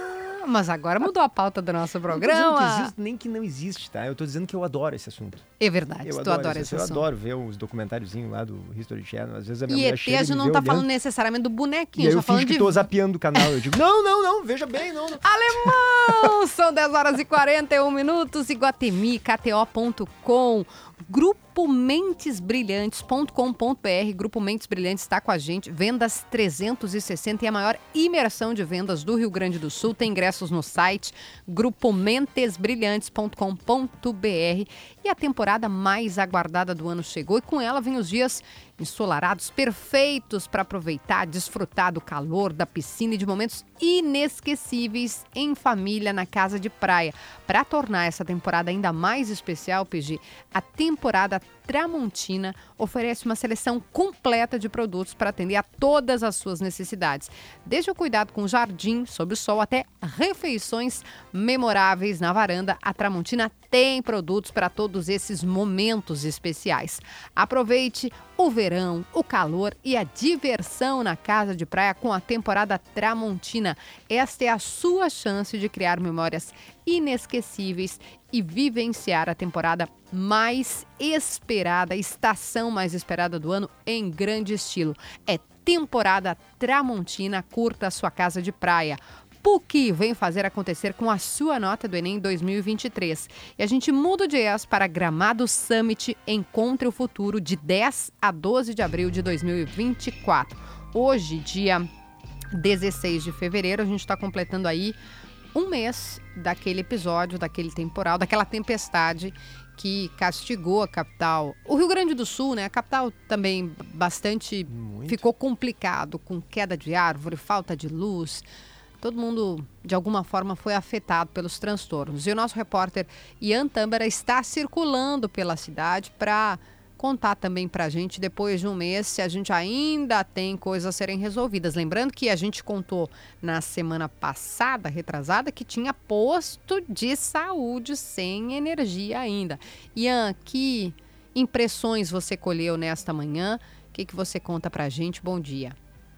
Speaker 2: Mas agora mudou a pauta do nosso
Speaker 3: Não tô
Speaker 2: programa.
Speaker 3: dizendo que existe, nem que não existe, tá? Eu tô dizendo que eu adoro esse assunto.
Speaker 2: É verdade,
Speaker 3: Eu
Speaker 2: tu
Speaker 3: adoro
Speaker 2: adora
Speaker 3: esse
Speaker 2: esse
Speaker 3: assunto. Eu
Speaker 2: assunto.
Speaker 3: adoro ver os documentáriozinhos lá do History Channel. Às vezes a minha
Speaker 2: E
Speaker 3: mulher
Speaker 2: E T,
Speaker 3: chega
Speaker 2: a
Speaker 3: e
Speaker 2: gente
Speaker 3: me
Speaker 2: não
Speaker 3: vê
Speaker 2: tá
Speaker 3: olhando,
Speaker 2: falando necessariamente do
Speaker 3: e
Speaker 2: bonequinho,
Speaker 3: aí
Speaker 2: só
Speaker 3: eu
Speaker 2: falando
Speaker 3: finjo que
Speaker 2: de...
Speaker 3: tô zapeando o canal. Eu digo, não, não, não, veja bem, não, não.
Speaker 2: Alemão! São dez horas e quarenta e um minutos. Iguatemi, K T O ponto com. Grupo Mentes Brilhantes ponto com ponto b r. Grupo Mentes Brilhantes está com a gente. Vendas trezentos e sessenta e a maior imersão de vendas do Rio Grande do Sul. Tem ingressos no site grupo mentes brilhantes ponto com ponto b r. E a temporada mais aguardada do ano chegou e com ela vem os dias ensolarados perfeitos para aproveitar, desfrutar do calor, da piscina e de momentos inesquecíveis em família na casa de praia. Para tornar essa temporada ainda mais especial, P G, a temporada Tramontina oferece uma seleção completa de produtos para atender a todas as suas necessidades. Desde o cuidado com o jardim, sob o sol, até refeições memoráveis na varanda, a Tramontina tem produtos para todos esses momentos especiais. Aproveite o verão, o calor e a diversão na casa de praia com a temporada Tramontina. Esta é a sua chance de criar memórias inesquecíveis e vivenciar a temporada mais esperada, estação mais esperada do ano em grande estilo. É temporada Tramontina, curta a sua casa de praia. P U C vem fazer acontecer com a sua nota do Enem dois mil e vinte e três. E a gente muda o D E S para Gramado Summit Encontre o Futuro de dez a doze de abril de dois mil e vinte e quatro. Hoje, dia dezesseis de fevereiro, a gente está completando aí um mês daquele episódio, daquele temporal, daquela tempestade que castigou a capital. O Rio Grande do Sul, né? A capital também bastante
Speaker 3: Muito.
Speaker 2: ficou complicado, com queda de árvore, falta de luz. Todo mundo, de alguma forma, foi afetado pelos transtornos. E o nosso repórter Ian Tâmara está circulando pela cidade para contar também para a gente, depois de um mês, se a gente ainda tem coisas a serem resolvidas. Lembrando que a gente contou na semana passada, retrasada, que tinha posto de saúde sem energia ainda. Ian, que impressões você colheu nesta manhã? O que, que você conta para a gente? Bom dia.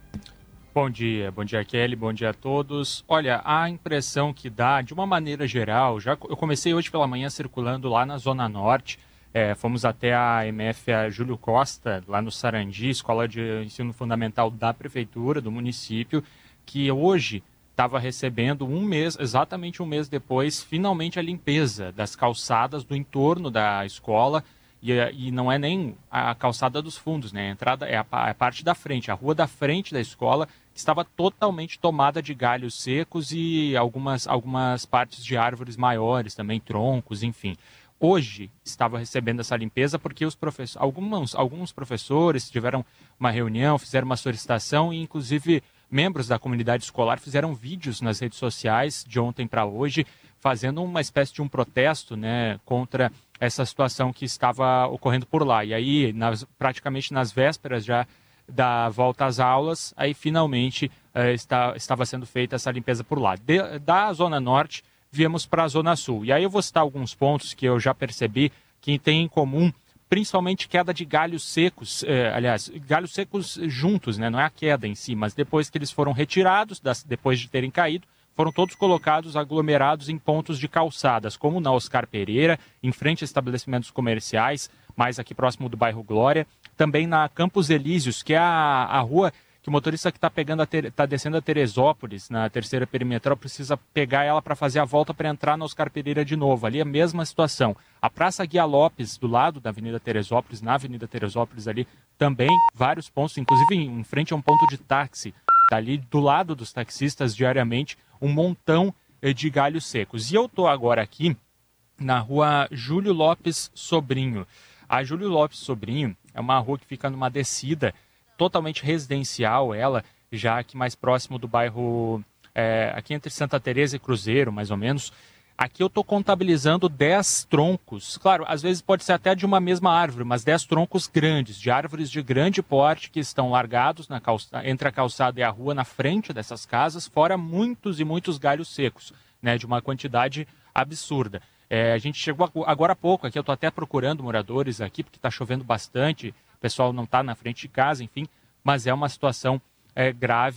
Speaker 6: Bom dia, bom dia Kelly, bom dia a todos. Olha, a impressão que dá, de uma maneira geral, já eu comecei hoje pela manhã circulando lá na Zona Norte, é, fomos até a M F A Júlio Costa, lá no Sarandi, Escola de Ensino Fundamental da Prefeitura, do município, que hoje estava recebendo um mês, exatamente um mês depois, finalmente a limpeza das calçadas do entorno da escola. E, e não é nem a calçada dos fundos, né? A entrada é a, a parte da frente, a rua da frente da escola, que estava totalmente tomada de galhos secos e algumas, algumas partes de árvores maiores, também troncos, enfim. Hoje estava recebendo essa limpeza porque os professores, alguns, alguns professores tiveram uma reunião, fizeram uma solicitação e, inclusive, membros da comunidade escolar fizeram vídeos nas redes sociais de ontem para hoje, fazendo uma espécie de um protesto, né, contra essa situação que estava ocorrendo por lá. E aí, nas, praticamente nas vésperas já da volta às aulas, aí finalmente eh, está, estava sendo feita essa limpeza por lá. De, da Zona Norte, viemos para a Zona Sul. E aí eu vou citar alguns pontos que eu já percebi que tem em comum, principalmente queda de galhos secos, eh, aliás, galhos secos juntos, né, não é a queda em si, mas depois que eles foram retirados, das, depois de terem caído, foram todos colocados aglomerados em pontos de calçadas, como na Oscar Pereira, em frente a estabelecimentos comerciais, mais aqui próximo do bairro Glória, também na Campos Elíseos, que é a, a rua que o motorista que está pegando está descendo a Teresópolis, na terceira perimetral, precisa pegar ela para fazer a volta para entrar na Oscar Pereira de novo. Ali é a mesma situação. A Praça Guia Lopes, do lado da Avenida Teresópolis, na Avenida Teresópolis ali, também vários pontos, inclusive em frente a um ponto de táxi, ali do lado dos taxistas diariamente, um montão de galhos secos. E eu estou agora aqui na rua Júlio Lopes Sobrinho. A Júlio Lopes Sobrinho é uma rua que fica numa descida totalmente residencial, ela, já aqui mais próximo do bairro, é, aqui entre Santa Teresa e Cruzeiro, mais ou menos. Aqui eu estou contabilizando dez troncos, claro, às vezes pode ser até de uma mesma árvore, mas dez troncos grandes, de árvores de grande porte que estão largados na calça, entre a calçada e a rua, na frente dessas casas, fora muitos e muitos galhos secos, né, de uma quantidade absurda. É, a gente chegou agora há pouco, aqui eu estou até procurando moradores aqui, porque está chovendo bastante, o pessoal não está na frente de casa, enfim, mas é uma situação é, grave.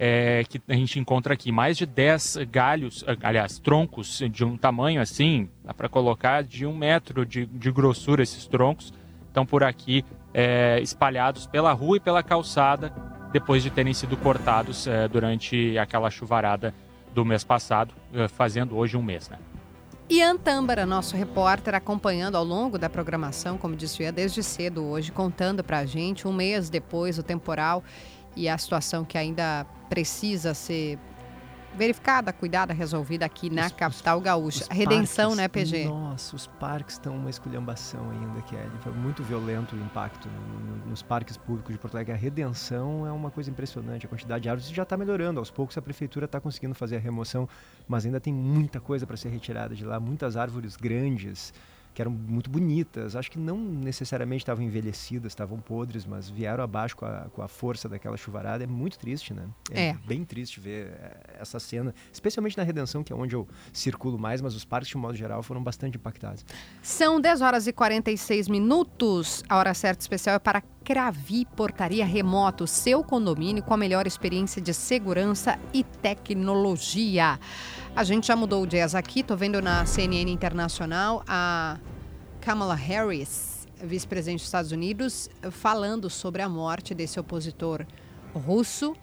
Speaker 6: é, que a gente encontra aqui. Mais de dez galhos, aliás, troncos de um tamanho assim, dá para colocar de um metro de, de grossura esses troncos, estão por aqui é, espalhados pela rua e pela calçada, depois de terem sido cortados é, durante aquela chuvarada do mês passado, é, fazendo hoje um mês, né?
Speaker 2: Ian Tâmbara, nosso repórter, acompanhando ao longo da programação, como disse o Ian, desde cedo hoje, contando pra gente, um mês depois, o temporal e a situação que ainda precisa ser verificada, cuidada, resolvida aqui na os, capital gaúcha. A redenção,
Speaker 3: parques,
Speaker 2: né, P G?
Speaker 3: Nossa, os parques estão uma esculhambação ainda, Kelly. Foi muito violento o impacto no, nos parques públicos de Porto Alegre. A redenção é uma coisa impressionante. A quantidade de árvores já está melhorando. Aos poucos a prefeitura está conseguindo fazer a remoção, mas ainda tem muita coisa para ser retirada de lá. Muitas árvores grandes, que eram muito bonitas, acho que não necessariamente estavam envelhecidas, estavam podres, mas vieram abaixo com a, com a força daquela chuvarada. É muito triste, né? É,
Speaker 2: é
Speaker 3: bem triste ver essa cena, especialmente na Redenção, que é onde eu circulo mais, mas os parques, de modo geral, foram bastante impactados.
Speaker 2: São dez horas e quarenta e seis minutos. A hora certa especial é para Cravi Portaria Remoto, seu condomínio com a melhor experiência de segurança e tecnologia. A gente já mudou o jazz aqui, estou vendo na C N N Internacional a Kamala Harris, vice-presidente dos Estados Unidos, falando sobre a morte desse opositor russo,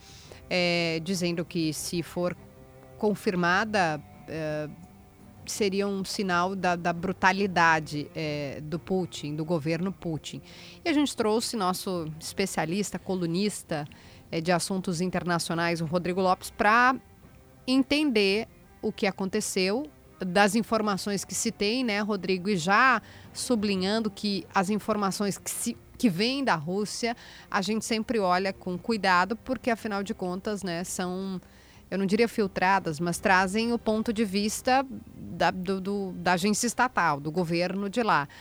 Speaker 2: é, dizendo que se for confirmada, é, seria um sinal da, da brutalidade é, do Putin, do governo Putin. E a gente trouxe nosso especialista, colunista é, de assuntos internacionais, o Rodrigo Lopes, para entender o que aconteceu, das informações que se tem, né, Rodrigo? E já sublinhando que as informações que, se, que vêm da Rússia, a gente sempre olha com cuidado, porque, afinal de contas, né, são, eu não diria filtradas, mas trazem o ponto de vista da, do, do, da agência estatal, do governo de lá.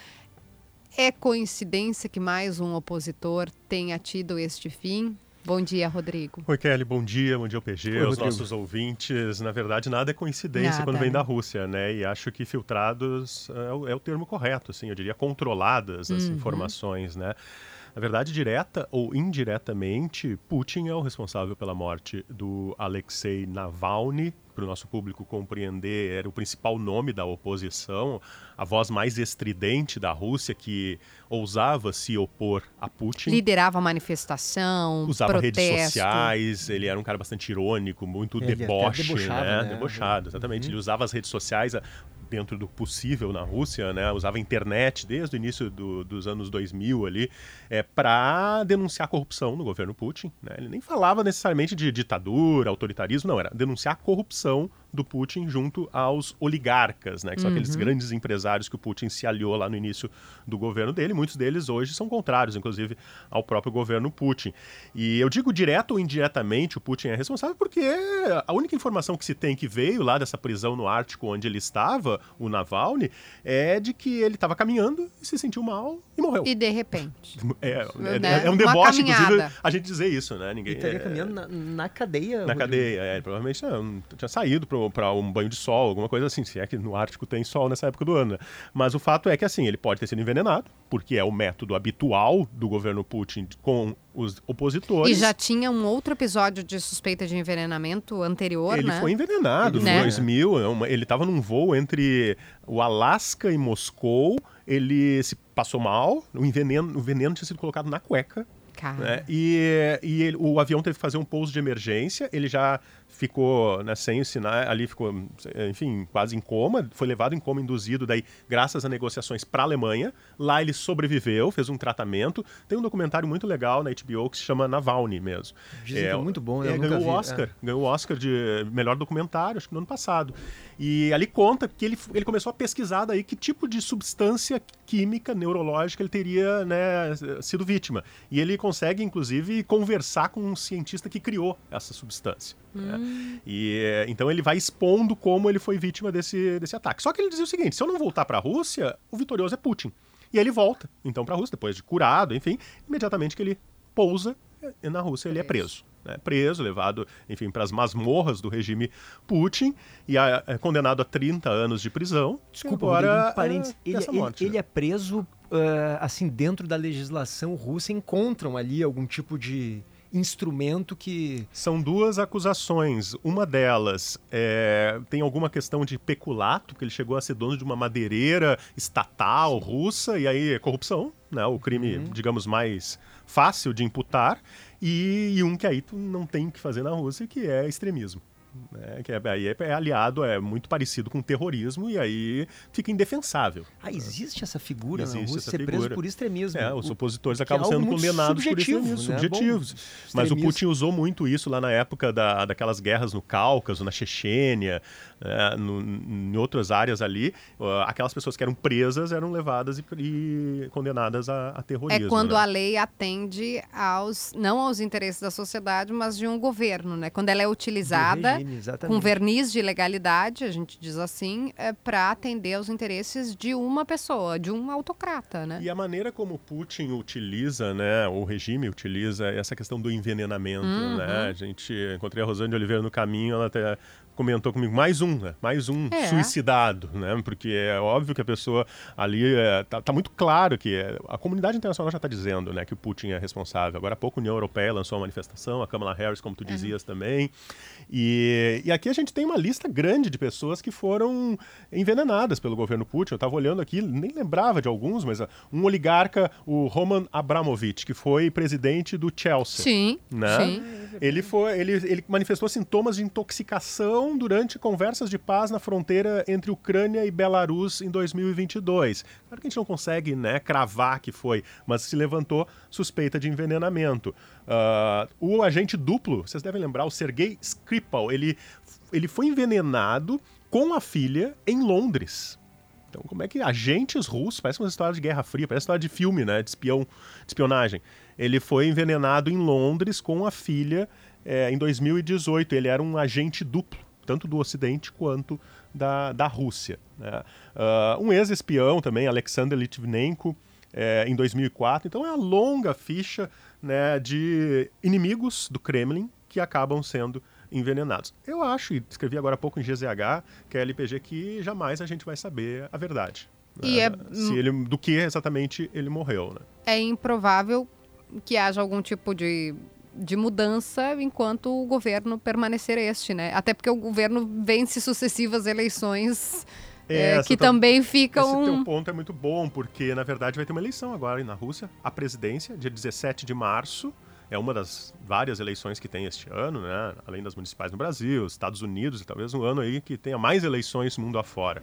Speaker 2: É coincidência que mais um opositor tenha tido este fim? Bom dia, Rodrigo.
Speaker 7: Oi, Kelly, bom dia, bom dia ao P G,
Speaker 3: Oi,
Speaker 7: aos
Speaker 3: Rodrigo.
Speaker 7: nossos ouvintes. Na verdade, nada é coincidência
Speaker 2: Nada,
Speaker 7: quando vem
Speaker 2: né?
Speaker 7: da Rússia, né? E acho que filtrados é o, é o termo correto, assim, eu diria controladas as
Speaker 2: Uhum.
Speaker 7: informações, né? Na verdade, direta ou indiretamente, Putin é o responsável pela morte do Alexei Navalny. Para o nosso público compreender, era o principal nome da oposição, a voz mais estridente da Rússia que ousava se opor a Putin.
Speaker 2: Liderava a manifestação,
Speaker 7: Usava
Speaker 2: protesto.
Speaker 7: redes sociais, ele era um cara bastante irônico, muito
Speaker 3: Ele
Speaker 7: deboche,
Speaker 3: até debochava,
Speaker 7: né?
Speaker 3: né?
Speaker 7: Debochado, exatamente.
Speaker 3: Uhum.
Speaker 7: Ele usava as redes sociais a- dentro do possível na Rússia, né? Usava a internet desde o início do- dos anos dois mil ali, é, para denunciar a corrupção no governo Putin, né? Ele nem falava necessariamente de ditadura, autoritarismo, não, era denunciar a corrupção do Putin junto aos oligarcas, né? Que são
Speaker 2: Uhum.
Speaker 7: aqueles grandes empresários que o Putin se aliou lá no início do governo dele. Muitos deles hoje são contrários, inclusive, ao próprio governo Putin. E eu digo direto ou indiretamente o Putin é responsável porque a única informação que se tem que veio lá dessa prisão no Ártico onde ele estava, o Navalny, é de que ele estava caminhando e se sentiu mal e morreu.
Speaker 2: E de repente.
Speaker 7: É, é,
Speaker 2: Né?
Speaker 7: é um
Speaker 2: Uma
Speaker 7: deboche,
Speaker 2: caminhada.
Speaker 7: inclusive, a gente dizer isso, né? Ninguém,
Speaker 3: Ele estaria
Speaker 7: é,
Speaker 3: caminhando na, na cadeia.
Speaker 7: na
Speaker 3: Rodrigo.
Speaker 7: cadeia, é, provavelmente não, tinha saído para um banho de sol, alguma coisa assim, se é que no Ártico tem sol nessa época do ano, né? Mas o fato é que, assim, ele pode ter sido envenenado, porque é o método habitual do governo Putin com os opositores.
Speaker 2: E já tinha um outro episódio de suspeita de envenenamento anterior,
Speaker 7: Ele
Speaker 2: né?
Speaker 7: foi envenenado
Speaker 2: Né?
Speaker 7: em dois mil, é uma- ele estava num voo entre o Alasca e Moscou, ele se passou mal, o veneno, o veneno tinha sido colocado na cueca,
Speaker 2: Cara.
Speaker 7: né? E, e ele- o avião teve que fazer um pouso de emergência, ele já ficou, né, sem os sinais, ali ficou, enfim, quase em coma, foi levado em coma induzido, daí, graças a negociações para a Alemanha. Lá ele sobreviveu, fez um tratamento. Tem um documentário muito legal na H B O que se chama Navalny mesmo.
Speaker 3: Dizem que é muito bom, eu
Speaker 7: é,
Speaker 3: nunca
Speaker 7: ganhou
Speaker 3: vi,
Speaker 7: o Oscar,
Speaker 3: é.
Speaker 7: ganhou o Oscar de melhor documentário, acho que no ano passado. E ali conta que ele, ele começou a pesquisar daí que tipo de substância química, neurológica ele teria, né, sido vítima. E ele consegue, inclusive, conversar com um cientista que criou essa substância. Né? E eh, então ele vai expondo como ele foi vítima desse, desse ataque. Só que ele dizia o seguinte: se eu não voltar para a Rússia, o vitorioso é Putin. E aí ele volta, então, para a Rússia, depois de curado, enfim, imediatamente que ele pousa eh, na Rússia, ele é preso. Né? Preso, levado, enfim, para as masmorras do regime Putin e a- é condenado a trinta anos de prisão.
Speaker 3: Desculpa,
Speaker 7: e agora,
Speaker 3: Rodrigo, um parênteses.
Speaker 7: é,
Speaker 3: Ele,
Speaker 7: essa
Speaker 3: ele-
Speaker 7: morte,
Speaker 3: ele
Speaker 7: né?
Speaker 3: é preso, ah, assim, dentro da legislação russa, encontram ali algum tipo de instrumento que...
Speaker 7: São duas acusações. Uma delas é, tem alguma questão de peculato, que ele chegou a ser dono de uma madeireira estatal russa, e aí é corrupção, né? O crime, uhum. digamos, mais fácil de imputar, e, e um que aí tu não tem o que fazer na Rússia, que é extremismo. É, que é, aí é, é aliado, é muito parecido com terrorismo, e aí fica indefensável.
Speaker 3: Ah, existe essa figura
Speaker 7: existe
Speaker 3: na Rússia,
Speaker 7: essa
Speaker 3: ser
Speaker 7: figura.
Speaker 3: preso por extremismo.
Speaker 7: É, os opositores
Speaker 3: o,
Speaker 7: acabam
Speaker 3: é
Speaker 7: sendo condenados por extremismo,
Speaker 3: né?
Speaker 7: subjetivos.
Speaker 3: Bom,
Speaker 7: mas o Putin usou muito isso lá na época da, daquelas guerras no Cáucaso, na Chechênia, né, no, em outras áreas ali. Uh, aquelas pessoas que eram presas eram levadas e, e condenadas a, a terrorismo.
Speaker 2: É quando
Speaker 7: né?
Speaker 2: a lei atende aos, não aos interesses da sociedade, mas de um governo, né? Quando ela é utilizada
Speaker 3: regime,
Speaker 2: com verniz de legalidade, a gente diz assim, é para atender aos interesses de uma pessoa, de um autocrata, né?
Speaker 7: E a maneira como o Putin utiliza, né, o regime utiliza essa questão do envenenamento,
Speaker 2: Uhum.
Speaker 7: né? A gente encontrei a Rosane de Oliveira no caminho, ela até comentou comigo, mais um, né? Mais um
Speaker 2: É.
Speaker 7: suicidado, né? Porque é óbvio que a pessoa ali, é, tá, tá muito claro que é, a comunidade internacional já está dizendo, né, que o Putin é responsável. Agora há pouco a União Europeia lançou uma manifestação, a Kamala Harris, como tu dizias também. E, e aqui a gente tem uma lista grande de pessoas que foram envenenadas pelo governo Putin. Eu estava olhando aqui, nem lembrava de alguns, mas uh, um oligarca, o Roman Abramovich, que foi presidente do Chelsea.
Speaker 2: Sim,
Speaker 7: né?
Speaker 2: sim.
Speaker 7: Ele, foi, ele, ele manifestou sintomas de intoxicação durante conversas de paz na fronteira entre Ucrânia e Belarus em dois mil e vinte e dois. Claro que a gente não consegue, né, cravar que foi, mas se levantou suspeita de envenenamento. Uh, o agente duplo, vocês devem lembrar, o Sergei Skripal, ele, ele foi envenenado com a filha em Londres. Então, como é que agentes russos, parece uma história de Guerra Fria, parece uma história de filme, né, de espião, de espionagem. Ele foi envenenado em Londres com a filha é, em dois mil e dezoito. Ele era um agente duplo, tanto do Ocidente quanto da, da Rússia. Né? Uh, um ex-espião também, Alexander Litvinenko, é, em dois mil e quatro. Então é uma longa ficha, né, de inimigos do Kremlin que acabam sendo envenenados. Eu acho, e escrevi agora há pouco em G Z H, que é L P G, que jamais a gente vai saber a verdade.
Speaker 2: E
Speaker 7: né?
Speaker 2: é...
Speaker 7: Se ele, do que exatamente ele morreu. Né?
Speaker 2: É improvável que haja algum tipo de, de mudança enquanto o governo permanecer este, né? Até porque o governo vence sucessivas eleições é, que
Speaker 7: tá,
Speaker 2: também ficam...
Speaker 7: Esse teu ponto é muito bom, porque na verdade vai ter uma eleição agora na Rússia, a presidência, dia dezessete de março. É uma das várias eleições que tem este ano, né? Além das municipais no Brasil, Estados Unidos, e talvez um ano aí que tenha mais eleições mundo afora.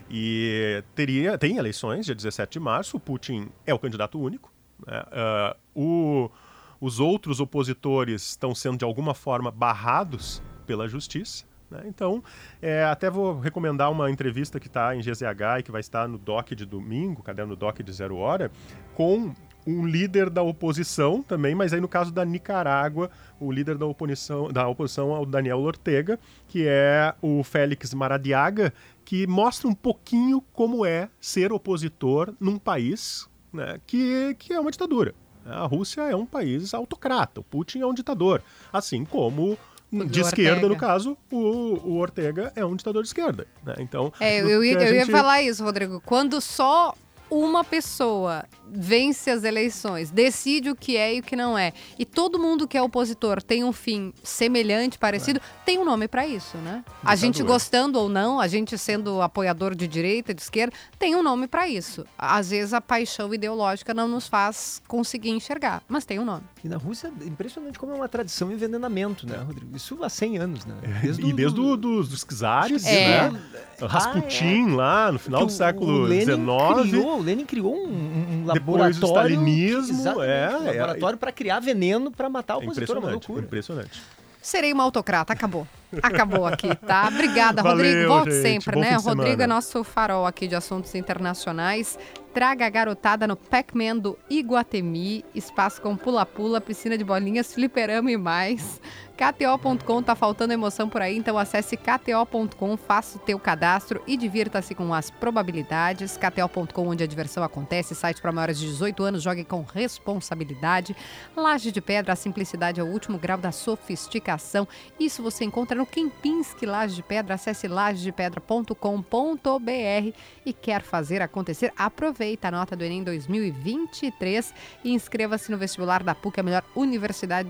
Speaker 7: E teria, tem eleições, dia dezessete de março, o Putin é o candidato único. Né? Uh, o, os outros opositores estão sendo, de alguma forma, barrados pela justiça. Né? Então, é, até vou recomendar uma entrevista que está em G Z H e que vai estar no doc de domingo, caderno doc de zero hora, com um líder da oposição também, mas aí no caso da Nicarágua, o líder da oposição, da oposição é o Daniel Ortega, que é o Félix Maradiaga, que mostra um pouquinho como é ser opositor num país, né, que, que é uma ditadura. A Rússia é um país autocrata, o Putin é um ditador, assim como... de esquerda, no caso, o, o Ortega é um ditador de esquerda. Né? Então,
Speaker 2: é, eu, ia, eu
Speaker 7: gente...
Speaker 2: ia falar isso, Rodrigo. Quando só uma pessoa vence as eleições, decide o que é e o que não é, e todo mundo que é opositor tem um fim semelhante, parecido, é. tem um nome para isso, né? A gente gostando ou não, a gente sendo apoiador de direita, de esquerda, tem um nome para isso. Às vezes a paixão ideológica não nos faz conseguir enxergar, mas tem um nome.
Speaker 3: E na Rússia é impressionante como é uma tradição envenenamento, né, Rodrigo? Isso há cem anos, né? Desde
Speaker 7: e desde do, do, dos czares,
Speaker 2: é.
Speaker 7: né? Rasputin, ah, é. lá no final
Speaker 3: Porque
Speaker 7: do século dezenove.
Speaker 3: O Lenin criou um, um laboratório.
Speaker 7: Depois do stalinismo,
Speaker 3: é,
Speaker 7: um
Speaker 3: laboratório é, para criar veneno para matar o
Speaker 7: é
Speaker 3: opositor.
Speaker 7: Impressionante, é impressionante.
Speaker 2: Serei uma autocrata, acabou. Acabou aqui, tá? Obrigada,
Speaker 7: Valeu,
Speaker 2: Rodrigo. Volte
Speaker 7: gente.
Speaker 2: sempre,
Speaker 7: Bom
Speaker 2: né?
Speaker 7: Rodrigo
Speaker 2: semana. É nosso farol aqui de assuntos internacionais. Traga a garotada no Pac-Man do Iguatemi, espaço com pula-pula, piscina de bolinhas, fliperama e mais. K T O ponto com, tá faltando emoção por aí, então acesse K T O ponto com, faça o teu cadastro e divirta-se com as probabilidades. K T O ponto com, onde a diversão acontece, site para maiores de dezoito anos, jogue com responsabilidade. Laje de Pedra, a simplicidade é o último grau da sofisticação. Isso você encontra no Kempinski Laje de Pedra, acesse laje de pedra ponto com ponto b r e quer fazer acontecer? Aproveita a nota do Enem dois mil e vinte e três e inscreva-se no vestibular da P U C, a melhor universidade de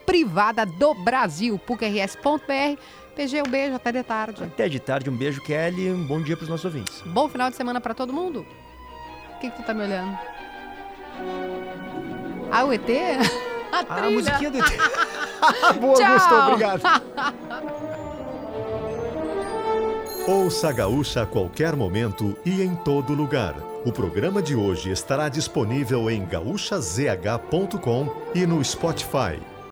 Speaker 2: privada do Brasil, P U C R S ponto B R. P G, um beijo, até de tarde.
Speaker 3: Até de tarde, um beijo, Kelly, um bom dia para os nossos ouvintes.
Speaker 2: Bom final de semana para todo mundo. O que, que tu tá me olhando? Ah, o E T? A,
Speaker 3: ah, a musiquinha do E T. Boa,
Speaker 2: Tchau.
Speaker 3: Augusto, obrigado.
Speaker 1: Ouça a Gaúcha a qualquer momento e em todo lugar. O programa de hoje estará disponível em gaúcha z h ponto com e no Spotify.